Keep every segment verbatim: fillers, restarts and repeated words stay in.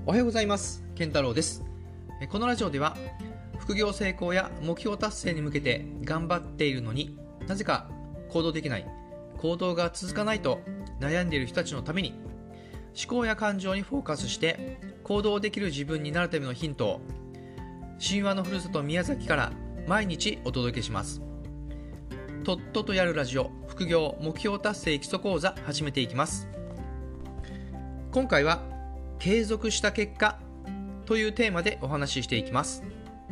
おはようございます。健太郎です。このラジオでは副業成功や目標達成に向けて頑張っているのになぜか行動できない、行動が続かないと悩んでいる人たちのために、思考や感情にフォーカスして行動できる自分になるためのヒントを神話のふるさと宮崎から毎日お届けします。とっととやるラジオ、副業目標達成基礎講座始めていきます。今回は継続した結果というテーマでお話ししていきます。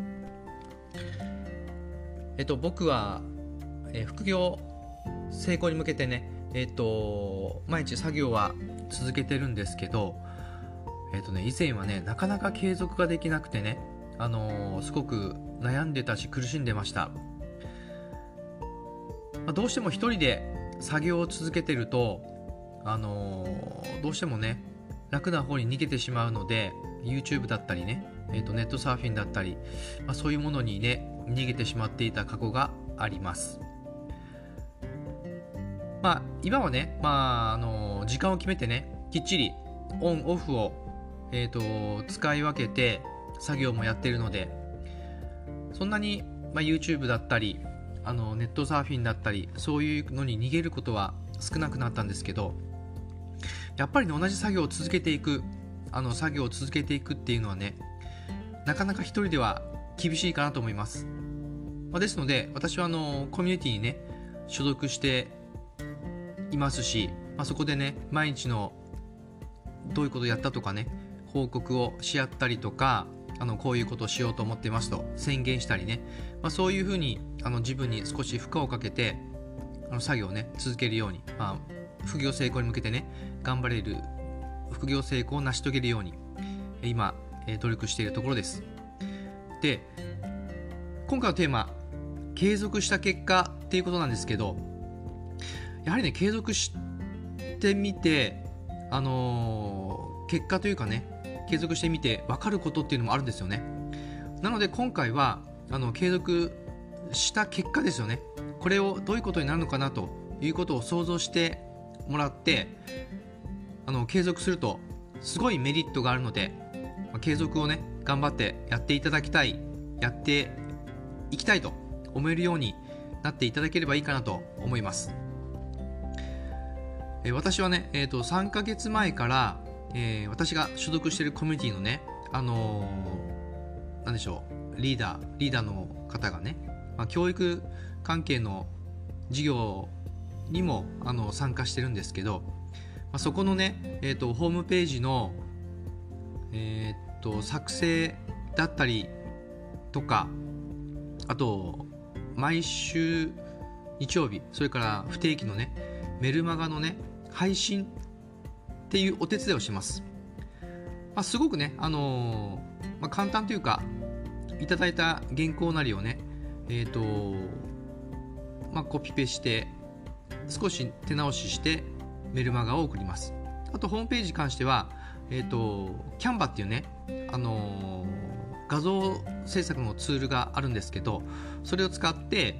えっと僕は、えー、副業成功に向けてね、えっと毎日作業は続けてるんですけど、えっとね以前はねなかなか継続ができなくてね、あのー、すごく悩んでたし苦しんでました。まあ、どうしても一人で作業を続けてると、あのー、どうしてもね楽な方に逃げてしまうので YouTube だったりね、えー、とネットサーフィンだったり、まあ、そういうものにね逃げてしまっていた過去があります。まあ今はね、まあ、あのー、時間を決めてねきっちりオンオフを、えー、と使い分けて作業もやっているので、そんなに、まあ、YouTube だったりあのネットサーフィンだったりそういうのに逃げることは少なくなったんですけど、やっぱり、ね、同じ作業を続けていくあの作業を続けていくっていうのはねなかなか一人では厳しいかなと思います。まあ、ですので私はあのコミュニティにね所属していますし、まあ、そこでね毎日のどういうことをやったとかね報告をし合ったりとか、あのこういうことをしようと思ってますと宣言したりね、まあ、そういうふうにあの自分に少し負荷をかけてあの作業をね続けるように、まあ副業成功に向けてね頑張れる副業成功を成し遂げるように今努力しているところです。で、今回のテーマ継続した結果っていうことなんですけど、やはりね継続してみてあのー、結果というかね継続してみて分かることっていうのもあるんですよね。なので今回はあの継続した結果ですよね。これをどういうことになるのかなということを想像してもらって、あの継続するとすごいメリットがあるので、継続をね頑張ってやっていただきたい、やっていきたいと思えるようになっていただければいいかなと思います。えー、私はね、えーと、さんかげつまえから、えー、私が所属しているコミュニティのね、あのー、なんでしょうリーダーリーダーの方がね、まあ、教育関係の事業にもあの参加してるんですけど、まあ、そこのね、えーと、ホームページの、えーと、作成だったりとか、あと毎週日曜日、それから不定期のねメルマガのね配信っていうお手伝いをします。まあ、すごくね、あのーまあ、簡単というかいただいた原稿なりをね、えーとまあ、コピペして少し手直ししてメルマガを送ります。あとホームページに関しては、えーと、キャンバっていうね、あのー、画像制作のツールがあるんですけど、それを使って、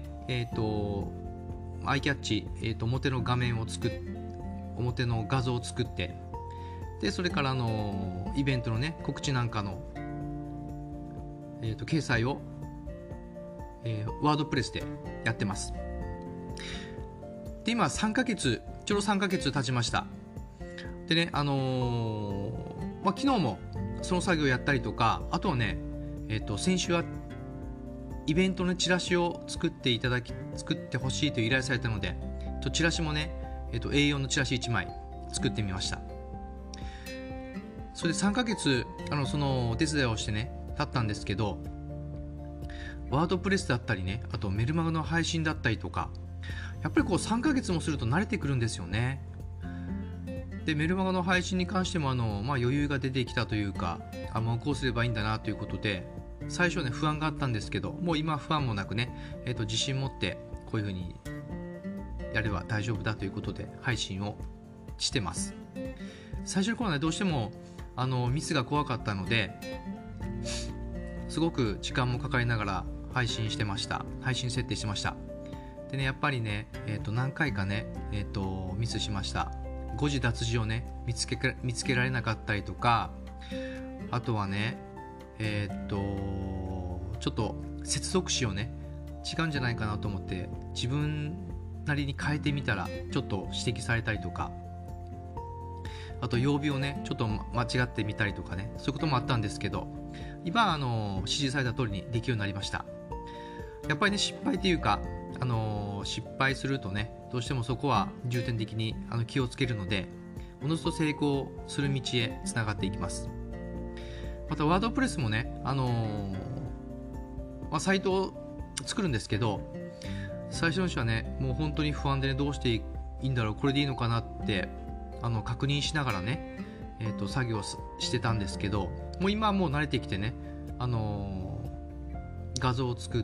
えーと、アイキャッチ、えーと、表の画面を作っ表の画像を作って、でそれから、あのー、イベントのね告知なんかの、えーと、掲載を、えー、ワードプレスでやってます。で今さんかげつちょうどさんかげつ経ちました。でね、あのーまあ、昨日もその作業をやったりとか、あとはね、えー、と先週はイベントのチラシを作っていただき作ってほしいという依頼されたので、とチラシもね、えー、と エーよん のチラシいちまい作ってみました。それでさんかげつあのそのお手伝いをしてね経ったんですけど、ワードプレスだったりね、あとメルマガの配信だったりとか、やっぱりこうさんかげつもすると慣れてくるんですよね。でメルマガの配信に関してもあの、まあ、余裕が出てきたというか、あもうこうすればいいんだなということで、最初はね不安があったんですけど、もう今は不安もなくね、えーと自信持ってこういうふうにやれば大丈夫だということで配信をしてます。最初の頃はねどうしてもあのミスが怖かったのですごく時間もかかりながら配信してました配信設定してました。でねやっぱりね、えー、と何回かね、えー、とミスしました。誤字脱字をね見つけ見つけられなかったりとか、 あとはねえー、っとちょっと接続詞をね違うんじゃないかなと思って自分なりに変えてみたらちょっと指摘されたりとか、あと曜日をねちょっと間違ってみたりとかね、そういうこともあったんですけど、今あの指示された通りにできるようになりました。やっぱりね失敗っていうか、あの失敗するとねどうしてもそこは重点的にあの気をつけるので、おのずと成功する道へつながっていきます。またワードプレスもね、あのーまあ、サイトを作るんですけど、最初のうちはねもう本当に不安でね、どうしていいんだろう、これでいいのかなってあの確認しながらね、えー、と作業してたんですけど、もう今はもう慣れてきてね、あのー、画像を作って、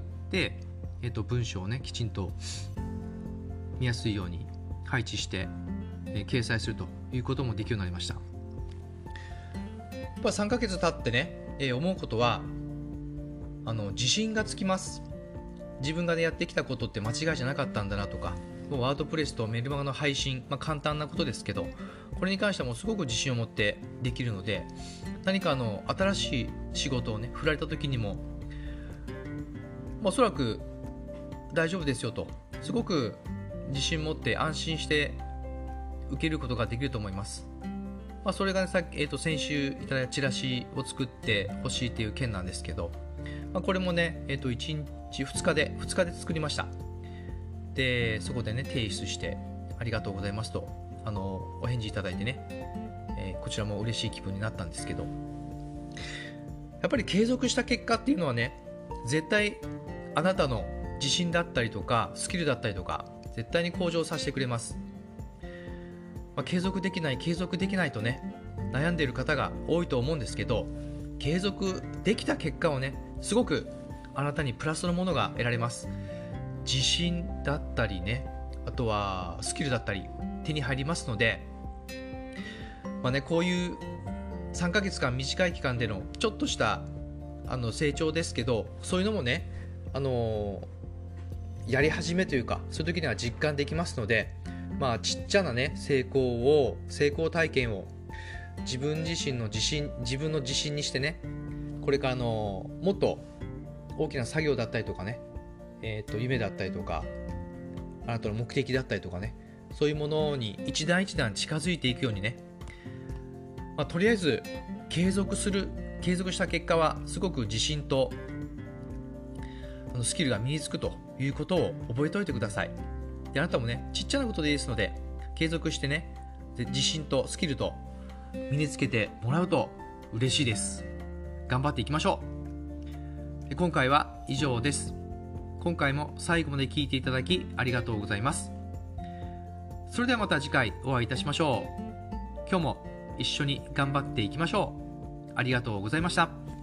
えー、と文章をねきちんと見やすいように配置して、えー、掲載するということもできるようになりました。やっぱさんかげつ経ってね、えー、思うことはあの自信がつきます。自分が、ね、やってきたことって間違いじゃなかったんだなとか、もうワードプレスとメルマガの配信、まあ、簡単なことですけど、これに関してはもうすごく自信を持ってできるので、何かあの新しい仕事をね振られた時にも、まあ、おそらく大丈夫ですよと、すごく自信持って安心して受けることができると思います。まあ、それが、ね、さっき、えー、と先週いただいたチラシを作ってほしいっていう件なんですけど、まあ、これもね、えー、といちにちふつかでふつかで作りました。でそこでね提出してありがとうございますとあのお返事いただいてね、えー、こちらも嬉しい気分になったんですけど、やっぱり継続した結果っていうのはね、絶対あなたの自信だったりとかスキルだったりとか絶対に向上させてくれます。まあ、継続できない継続できないとね悩んでいる方が多いと思うんですけど、継続できた結果をねすごくあなたにプラスのものが得られます。自信だったりね、あとはスキルだったり手に入りますので、まあね、こういうさんかげつかん短い期間でのちょっとしたあの成長ですけど、そういうのもね、あのー、やり始めというかそういう時には実感できますので、まあ、ちっちゃなね成功を成功体験を自分自身の自信自分の自信にしてね、これからのもっと大きな作業だったりとかね、えー、と夢だったりとかあなたの目的だったりとかね、そういうものに一段一段近づいていくようにね、まあ、とりあえず継続する継続した結果はすごく自信とあのスキルが身につくということを覚えておいてください。であなたもねちっちゃなことでいいですので継続してね、で自信とスキルと身につけてもらうと嬉しいです。頑張っていきましょう。で今回は以上です。今回も最後まで聞いていただきありがとうございます。それではまた次回お会いいたしましょう。今日も一緒に頑張っていきましょう。ありがとうございました。